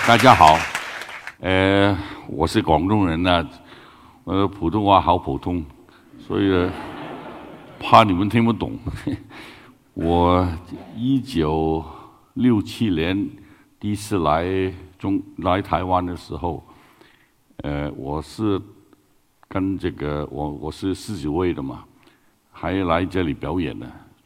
大家好，我是广东人呐，普通话好普通，所以怕你们听不懂。我1967年第一次来台湾的时候，我是跟我是49位的嘛，还来这里表演呢，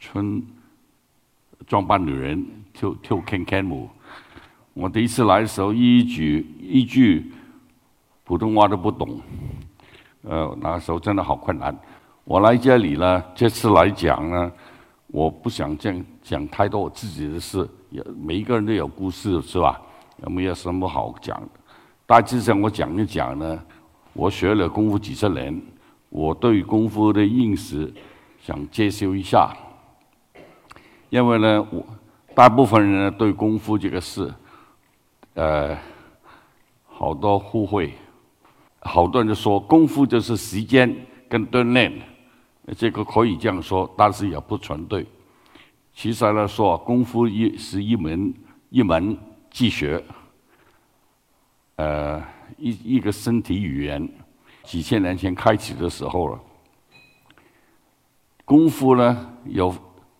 装扮女人跳 can 舞。我第一次来的时候，一句普通话都不懂，那时候真的好困难。我来这里呢，这次来讲呢，我不想讲太多我自己的事，每一个人都有故事，是吧？有没有什么好讲的？大致上我讲一讲呢，我学了功夫几十年，我对功夫的认识想介绍一下。因为呢，大部分人呢对功夫这个事，好多误会，好多人就说功夫就是时间跟锻炼，这个可以这样说，但是也不全对。其实来说，功夫是一门技学，一个身体语言。几千年前开始的时候了，功夫呢有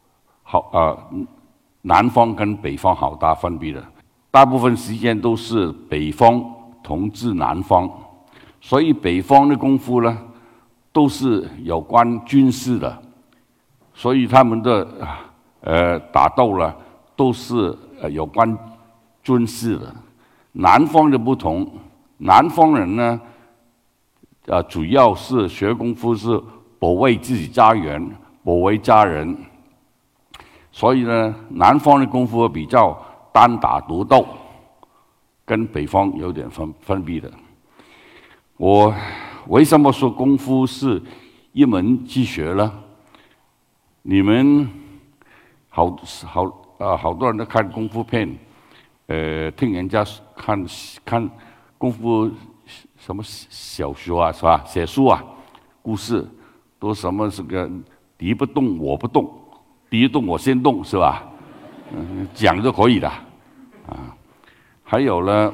南方跟北方好大分别的。大部分时间都是北方统治南方，所以北方的功夫呢，都是有关军事的，所以他们的打斗呢，都是有关军事的。南方的不同，南方人呢，主要是学功夫是保卫自己家园，保卫家人，所以呢，南方的功夫比较单打独斗，跟北方有点分别的。我为什么说功夫是一门技学呢？你们好多人都看功夫片，听人家看功夫什么小说啊，是吧？写书啊，故事都什么这个敌不动我不动，敌动我先动，是吧？讲就可以的啊。还有呢，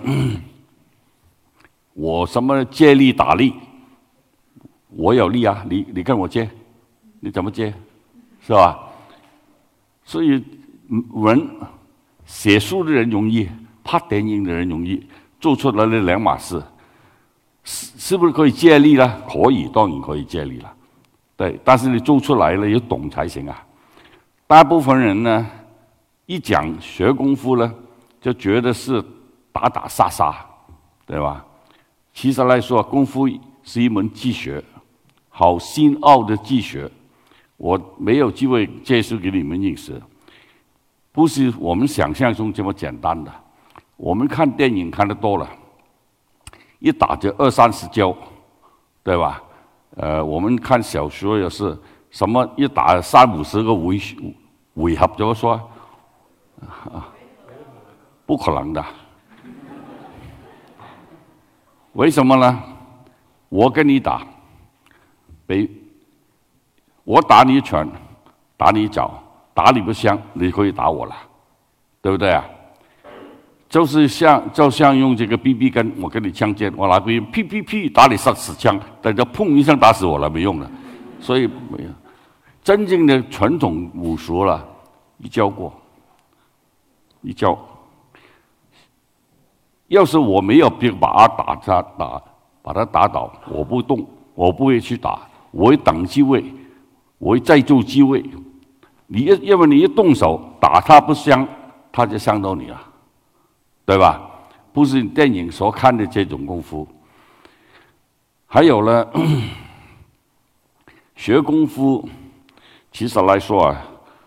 我什么借力打力，我有力啊，你跟我借，你怎么借，是吧？所以写书的人容易，拍电影的人容易，做出来的两码事，是不是可以借力呢？可以，当然可以借力了，对。但是你做出来了要懂才行啊。大部分人呢，一讲学功夫呢，就觉得是打打杀杀，对吧？其实来说，功夫是一门技学，好深奥的技学。我没有机会介绍给你们认识，不是我们想象中这么简单的。我们看电影看得多了，一打就20-30跤，对吧？我们看小说也是，什么一打30-50个回合，怎么说？不可能的。为什么呢？我跟你打，我打你一拳，打你一脚，打你不响，你可以打我了，对不对啊？就像用这个 BB 杆，我跟你枪尖，我拿 BB 噼噼噼打你10枪，等着砰一声打死我了，没用的。所以没有真正的传统武术了，一教过，一教。要是我没有把他打倒，我不动，我不会去打，我会等机会，我会再做机会。因为你一动手打他不伤，他就伤到你了，对吧？不是电影所看的这种功夫。还有呢，学功夫其实来说啊，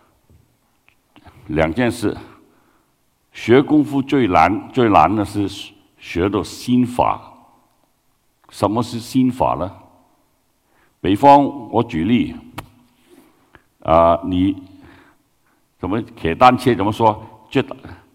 两件事。学功夫最难的是学的心法。什么是心法呢？北方我举例，你怎么骑单车怎么说？脚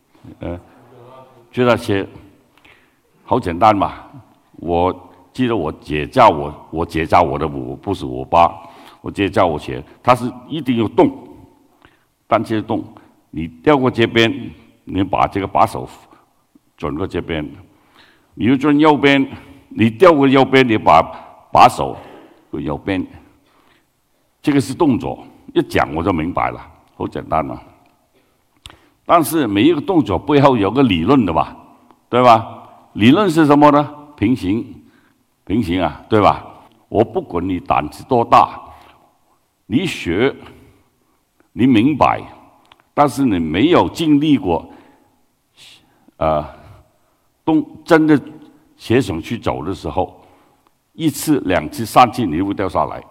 踏车，好简单嘛。我记得我姐教我的，不是我爸，我姐教我学，他是一定要动，单车动，你掉过这边。你把这个把手转过这边，你又转右边，你调过右边，你把手过右边，这个是动作，一讲我就明白了，好简单嘛。但是每一个动作背后有个理论的吧，对吧？理论是什么呢？平行啊，对吧？我不管你胆子多大，你学，你明白，但是你没有经历过，真的学上去走的时候，一次、两次、三次，你就会掉下来。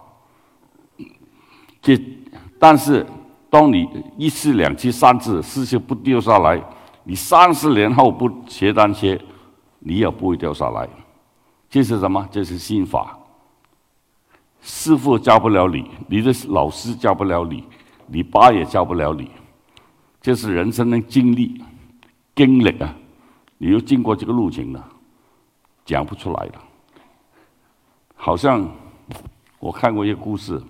但是当你一次、两次、三次、四次不掉下来，你30年后不学单车，你也不会掉下来。这是什么？这是心法。师父教不了你，你的老师教不了你，你爸也教不了你。这是人生的经历啊，你又经过这个路径了，讲不出来的。好像我看过一个故事，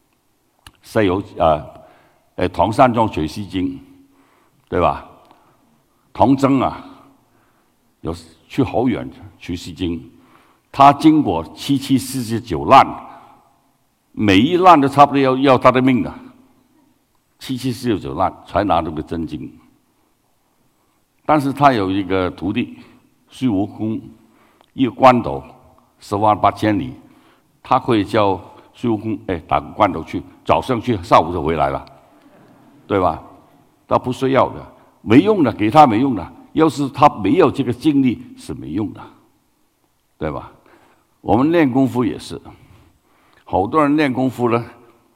唐三藏取西经，对吧？唐僧啊，有去好远取西经，他经过749难，每一难都差不多要他的命的，749难才拿到个真经。但是他有一个徒弟孙悟空，一个关斗10万8千里，他可以叫孙悟空打个关斗去，早上去，下午就回来了，对吧？他不需要的，没用的，给他没用的。要是他没有这个经历是没用的，对吧？我们练功夫也是，好多人练功夫呢，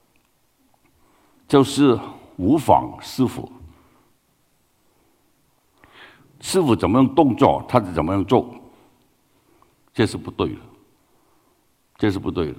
就是模仿师傅。师傅怎么样动作，他就怎么样做，这是不对的，这是不对的。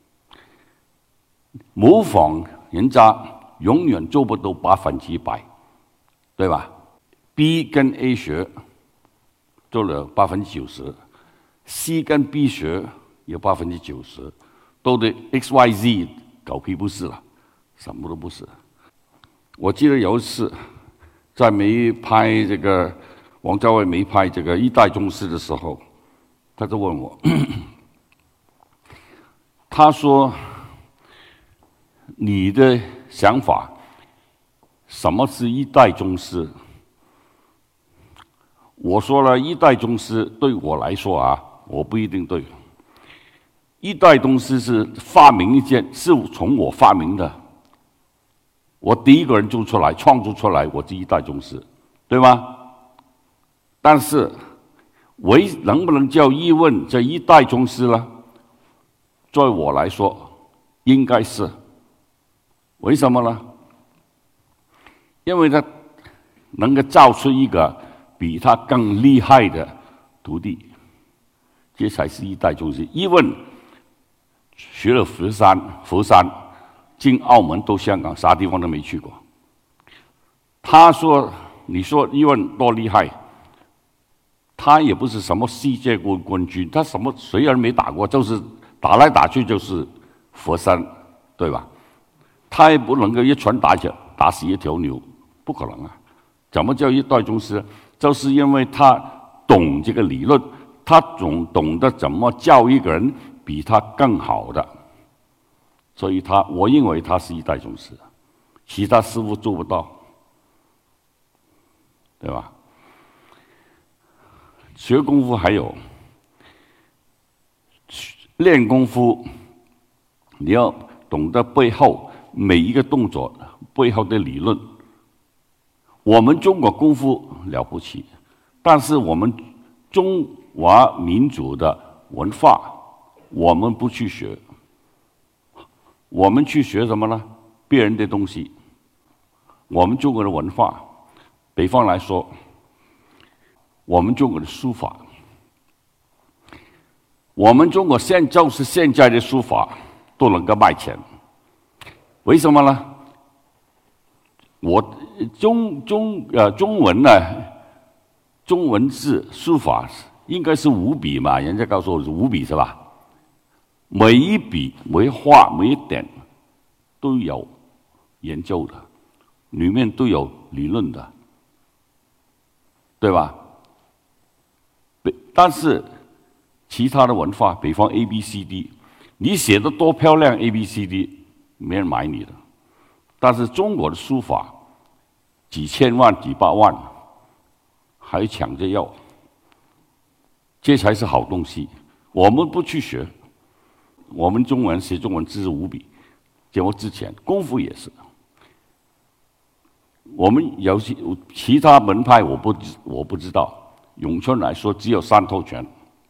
模仿人家永远做不到100%，对吧 ？B 跟 A 学做了90%，C 跟 B 学有90%，都对 XYZ 狗屁不是了，什么都不是。我记得有一次在没拍这个。王家卫没拍这个《一代宗师》的时候，他就问我，他说：“你的想法，什么是一代宗师？”我说了，一代宗师对我来说啊，我不一定对。一代宗师是发明是从我发明的，我第一个人做出来、创作出来，我是一代宗师，对吗？但是，能不能叫译问这一代宗师呢？对我来说，应该是。为什么呢？因为他能够造出一个比他更厉害的徒弟，这才是一代宗师。译问学了佛山，进澳门到香港，啥地方都没去过。他说：“你说译问多厉害？”他也不是什么世界冠军，他谁也没打过，就是打来打去就是佛山，对吧？他也不能够一拳打死一条牛，不可能啊！怎么叫一代宗师？就是因为他懂这个理论，他懂得怎么教一个人比他更好的，所以我认为他是一代宗师，其他师傅做不到，对吧？学功夫还有练功夫，你要懂得背后每一个动作背后的理论。我们中国功夫了不起，但是我们中华民族的文化，我们不去学。我们去学什么呢？别人的东西。我们中国的文化，北方来说，我们中国的书法，我们中国就是现在的书法都能够卖钱，为什么呢？中文呢，中文字书法应该是5笔嘛，人家告诉我是5笔是吧？每一笔、每一画、每一点都有研究的，里面都有理论的，对吧？ 但是其他的文化，比方 A B C D， 你写的多漂亮 A B C D， 没人买你的。但是中国的书法，几千万、几百万，还抢着要，这才是好东西。我们不去学，我们中文写中文字无比，结果之前功夫也是。我们有其他门派我不知道。咏春来说，只有三头拳，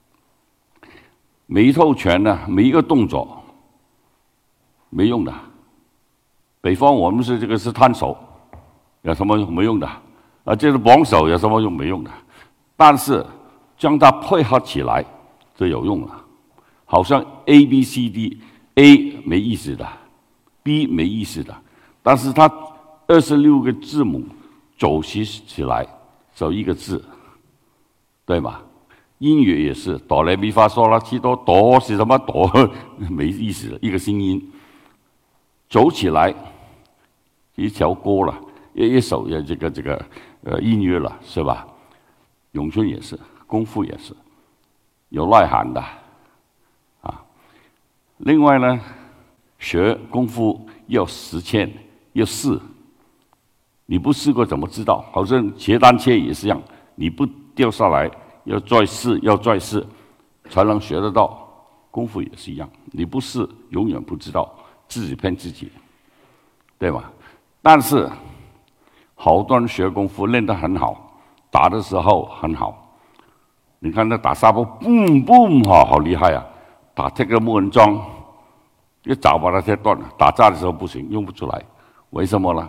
每一头拳呢，每一个动作没用的。北方我们是这个是摊手，有什么用？没用的。这个绑手有什么用？没用的。但是将它配合起来就有用了。好像 A B C D，A 没意思的 ，B 没意思的，但是它26个字母组起来就一个字，对吗？音乐也是哆来咪发嗦拉西哆，哆是什么哆？没意思的，一个声音走起来一条歌了，一首这个音乐了，是吧？咏春也是，功夫也是有内涵的啊。另外呢，学功夫要实践，要试。你不试过怎么知道？好像切单切也是一样，你不掉下来，要再试，要再试，才能学得到。功夫也是一样，你不试，永远不知道，自己骗自己，对吧？但是好多人学功夫练得很好，打的时候很好。你看那打沙包，嘣嘣，好厉害啊！打这个木人桩，一早把它切断了。打架的时候不行，用不出来，为什么呢？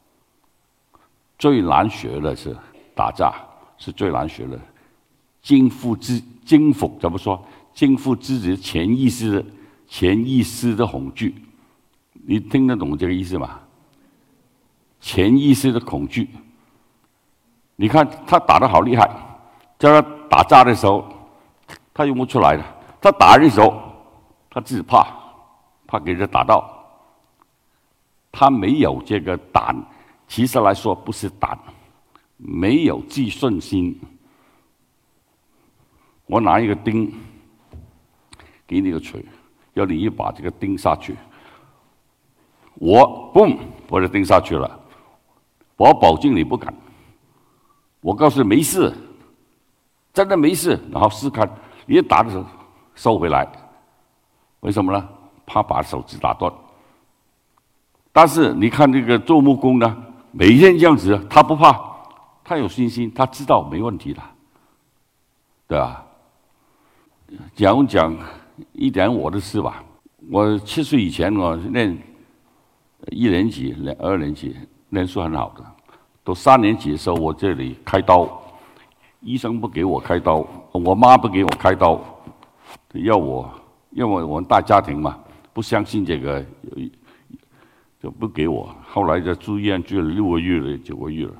最难学的是打架，是最难学的。征服怎么说？征服自己的潜意识的恐惧，你听得懂这个意思吗？潜意识的恐惧。你看他打得好厉害，叫他打架的时候，他用不出来的。他打人的时候，他自己怕给人打到，他没有这个胆。其实来说不是胆，没有自信心。我拿一个钉，给你个锤，要你一把这个钉下去，我就钉下去了。我保证你不敢，我告诉你没事，真的没事。然后试看，你一打的时候收回来，为什么呢？怕把手指打断。但是你看这个做木工呢？每天这样子，他不怕，他有信心，他知道没问题的，对吧？讲一点我的事吧。我7岁以前，我练1年级、2年级，练书很好的。到3年级的时候，我这里开刀，医生不给我开刀，我妈不给我开刀，要我，因为我们大家庭嘛，不相信这个。就不给我，后来就住院住了6个月了，9个月了。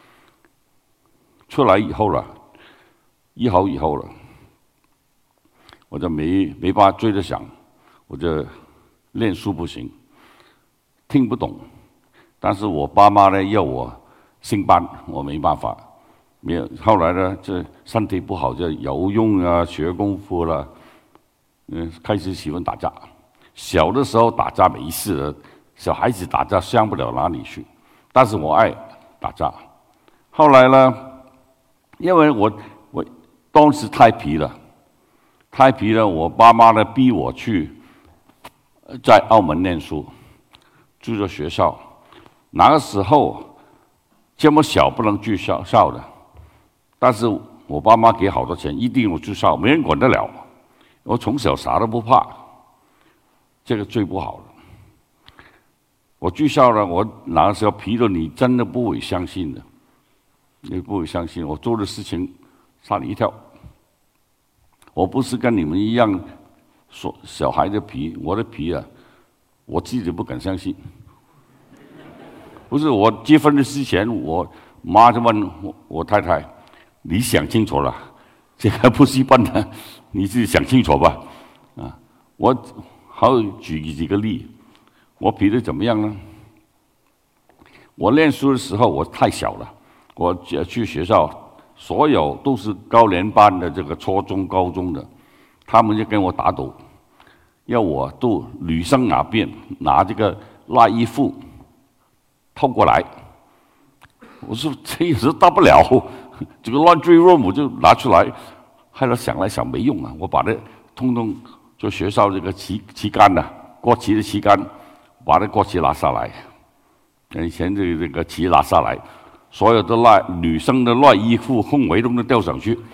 出来以后了，医好以后了，我就没办法追着想，我就练书不行，听不懂。但是我爸妈呢要我升班，我没办法。没有，后来呢，这身体不好，就游泳啊，学功夫了，开始喜欢打架。小的时候打架没事的。小孩子打架上不了哪里去，但是我爱打架。后来呢，因为我当时太皮了，我爸妈呢逼我去在澳门念书，住在学校。那个时候这么小不能住校的，但是我爸妈给好多钱，一定我住校，没人管得了。我从小啥都不怕，这个最不好了。我住校了，我那个时候皮的，你真的不会相信的，你不会相信我做的事情，吓你一跳。我不是跟你们一样说小孩的皮，我的皮啊，我自己不敢相信。不是我结婚的之前，我妈就问我太太：“你想清楚了，这个不是一般的，你自己想清楚吧。”啊，我好举几个例。我皮的怎么样呢？我念书的时候我太小了，我去学校所有都是高年班的这个初中、高中的，他们就跟我打赌，要我都女生拿这个赖衣裤偷过来。我说这也是大不了，这个 laundry room 我就拿出来。后来想来想没用啊，我把它通通就学校这个旗杆呐，国旗的旗杆，把那国旗拿下来，以前这个旗拿下来，所有的女生的内衣裤氛围都能吊上去。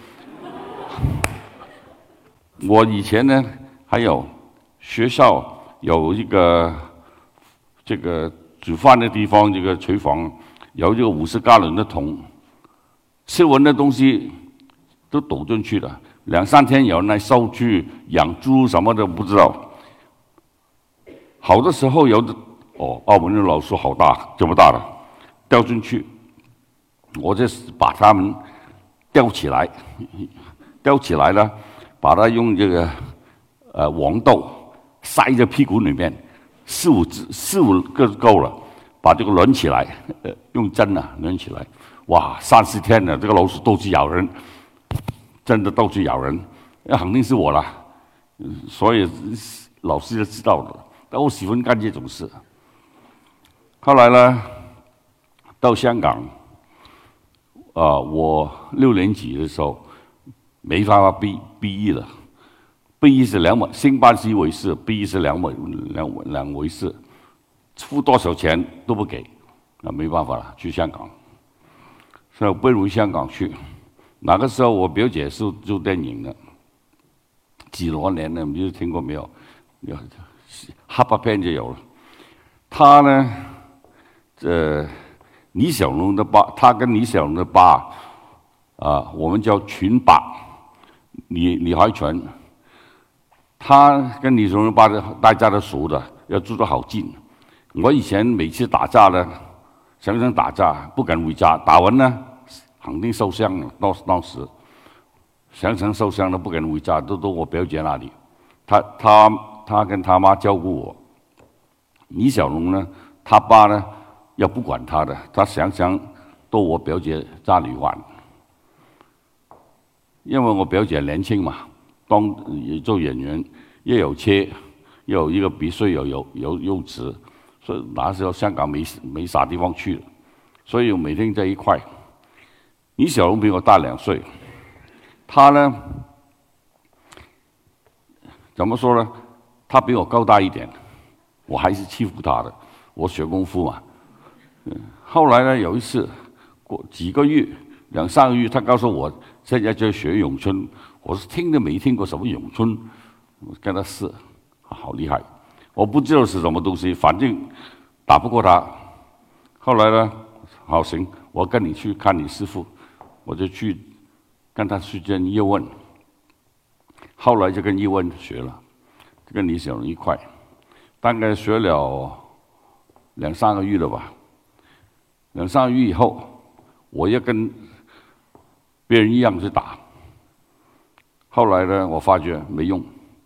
我以前呢，还有学校有一个这个煮饭的地方，这个厨房有这个50加仑的桶，吃完的东西都倒进去了。2、3天有人来收去养猪什么的，不知道。好的时候有的澳门的老鼠好大，这么大的掉进去，我就把它们吊起来了，把它用这个黄豆塞在屁股里面，4、5个够了，把这个轮起来，用针轮起来，哇，3、4天了，这个老鼠都去咬人，真的都去咬人，那肯定是我了，所以老师就知道了。但我喜欢干这种事。后来呢，到香港，我6年级的时候没办法毕业了。毕业是2门，新班是1回事，毕业是两回事，付多少钱都不给，那没办法了，去香港。所以我奔回香港去。那个时候我表姐是做电影的，几多年了，你听过没有？黑白片就有了。他呢，李小龙的爸，他跟李小龙的爸，我们叫群爸，李海泉。他跟李小龙的爸大家都熟的，要住得好近。我以前每次打架呢，想打架不敢回家，打完呢肯定受伤了。当时想受伤了不敢回家，都我表姐那里。他跟他妈照顾我。李小龙呢，他爸呢要不管他的，他想到我表姐家里玩，因为我表姐年轻嘛，做演员，又有车，又有一个鼻税，有幼稚，所以那时候香港没啥地方去了，所以我每天在一块。李小龙比我大2岁，他呢，怎么说呢？他比我高大一点，我还是欺负他的。我学功夫嘛。后来呢，有一次过几个月，2、3个月，他告诉我现在在学咏春。我是听都没听过什么咏春，我跟他试，好厉害。我不知道是什么东西，反正打不过他。后来呢，好行，我跟你去看你师傅，我就去跟他去见叶问。后来就跟叶问学了。跟李小龙一块，大概学了2、3个月了吧。2、3个月以后，我也跟别人一样去打。后来呢，我发觉没用，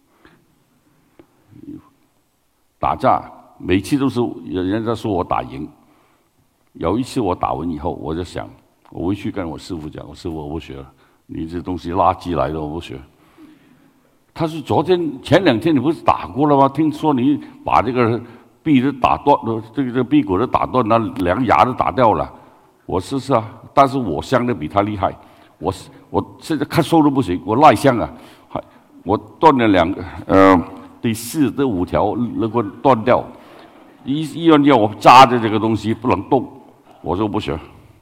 打架每次都是人家说我打赢。有一次我打完以后，我就想，我回去跟我师傅讲，我师傅我不学了，你这东西垃圾来的，我不学。他说：“前2天你不是打过了吗？听说你把这个臂都打断了，这个臂骨都打断了，2个牙都打掉了。”我说：“是啊，但是我伤的比他厉害。我现在咳嗽都不行，我赖伤啊，我断了第4、第5条那个断掉。医院要我扎着这个东西不能动，我说不行。”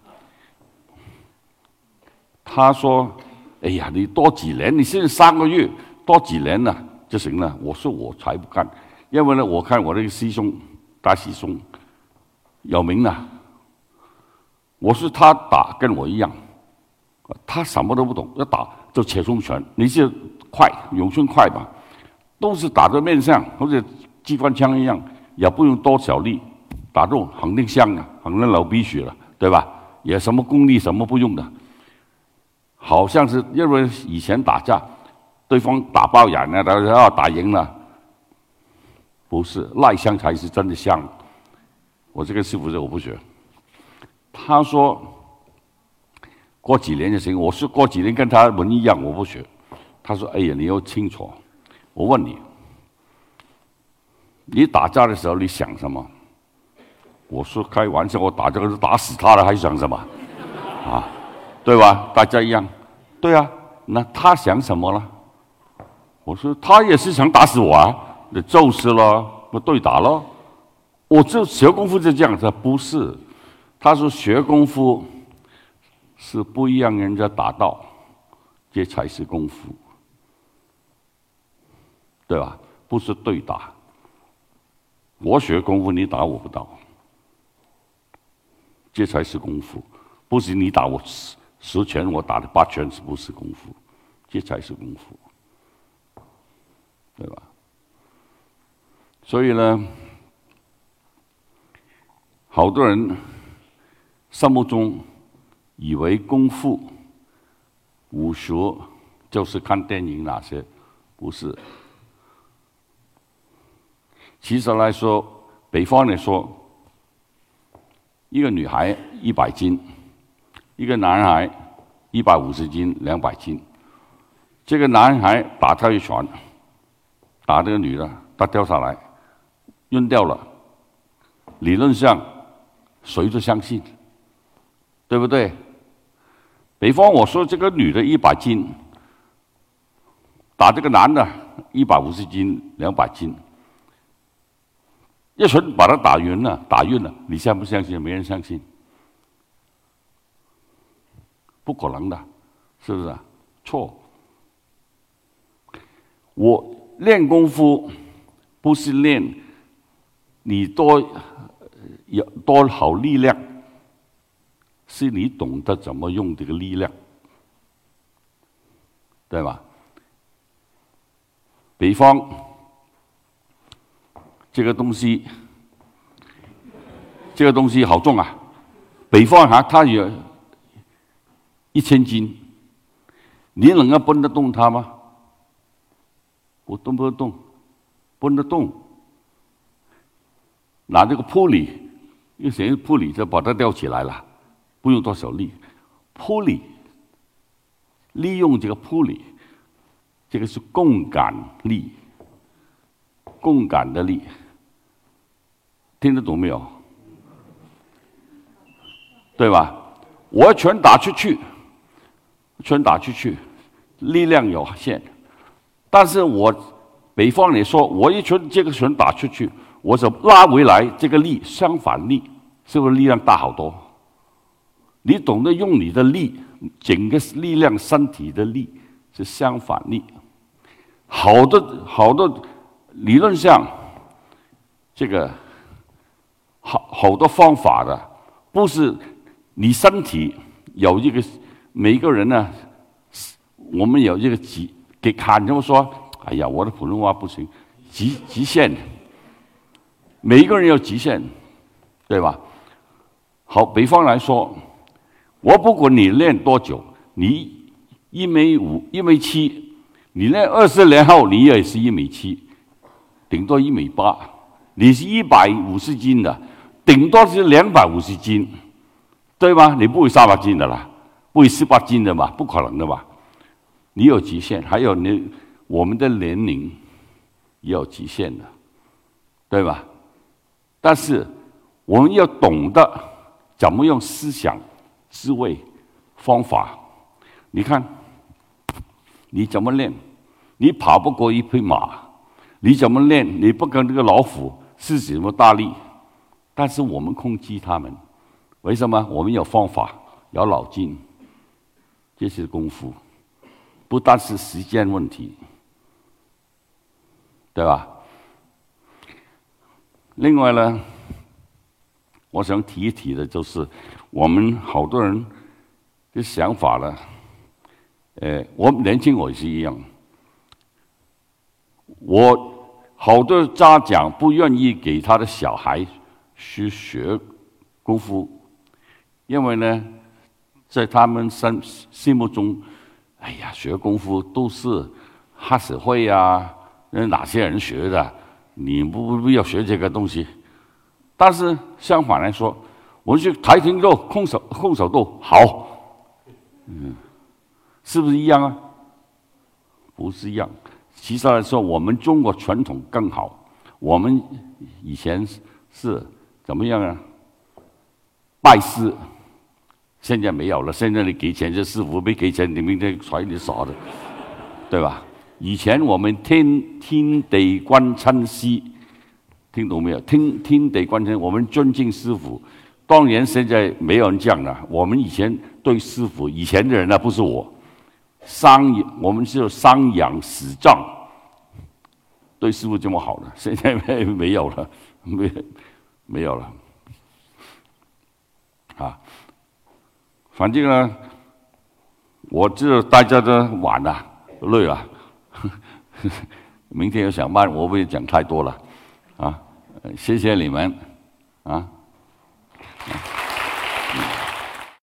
他说：“哎呀，你多几年，你现在3个月。”多几年了就行了。我说我才不干，因为呢，我看我这个大师兄有名了。我说他打跟我一样，他什么都不懂，要打就切冲拳，你是快，咏春快吧，都是打在面上，好似机关枪一样，也不用多少力，打中肯定香啊，肯定流鼻血了，对吧？也什么功力什么不用的，好像是因为以前打架。对方打爆眼了，打赢了，不是赖香才是真的香。我这个师傅说我不学，他说过几年就行。我说过几年跟他们一样，我不学。他说：“哎呀，你要清楚。我问你，你打架的时候你想什么？”我说：“开玩笑，我打这个是打死他了，还想什么？啊，对吧？大家一样。对啊，那他想什么了？我说他也是想打死我啊，那就是了，我对打了。我这学功夫就这样子，不是？他说学功夫是不让人家打到，这才是功夫。”对吧？不是对打。我学功夫，你打我不到，这才是功夫。不是你打我10拳，我打的8拳，是不是功夫？这才是功夫，对吧？所以呢，好多人心目中以为功夫、武术就是看电影那些，不是。其实来说，北方来说，一个女孩100斤，一个男孩150斤、200斤。这个男孩打他一拳，打这个女的，她掉下来，晕掉了。理论上，谁都相信，对不对？北方我说这个女的100斤，打这个男的150斤、200斤。一拳把他打晕了，你相不相信？没人相信，不可能的，是不是啊？错。我练功夫不是练你多好力量，是你懂得怎么用这个力量，对吧？北方。这个东西好重啊！北方它有1000斤，你能够搬得动它吗？我搬不动，搬得动。拿这个铺里，用谁铺里就把它吊起来了，不用多少力。铺里，利用这个铺里，这个是共感力，共感的力。听得懂没有？对吧？我拳打出去，力量有限。但是我北方人说，我这个拳打出去，我就拉回来，这个力相反力，是不是力量大好多？你懂得用你的力，整个力量，身体的力是相反力。好多理论上，这个。好多方法的，不是你身体有一个每个人呢，我们有一个给看这么说，哎呀，我的普通话不行，极限，每一个人有极限，对吧？好，北方来说，我不管你练多久，你1.5米、1.7米，你练20年后，你也是1.7米，顶多1.8米。你是150斤的，顶多是250斤，对吗？你不会300斤的啦，不会18斤的嘛，不可能的嘛。你有极限，还有我们的年龄也有极限的，对吧？但是我们要懂得怎么用思想、智慧、方法。你看，你怎么练？你跑不过一匹马，你怎么练？你不跟这个老虎是什么大力？但是我们控制他们，为什么？我们有方法，有脑筋，这是功夫，不单是时间问题，对吧？另外呢，我想提一提的就是，我们好多人的想法呢，我年轻我也是一样，好多家长不愿意给他的小孩去学功夫，因为呢，在他们心目中，哎呀，学功夫都是黑社会啊，哪些人学的？你不要学这个东西。但是相反来说，我去跆拳道、空手道好， 是不是一样啊？不是一样。其实来说，我们中国传统更好。我们以前是怎么样啊？拜师，现在没有了。现在你给钱，这师傅没给钱，你明天甩你傻的，对吧？以前我们天地君亲师，听懂没有？天地君亲，我们尊敬师傅。当然现在没有人这样了。我们以前对师傅，以前的人呢，不是我，我们是商养死葬，对师傅这么好的，现在没有了，没有了。啊，反正呢，我知道大家都晚了，累了，明天要上班，我不会讲太多了，啊，谢谢你们，啊。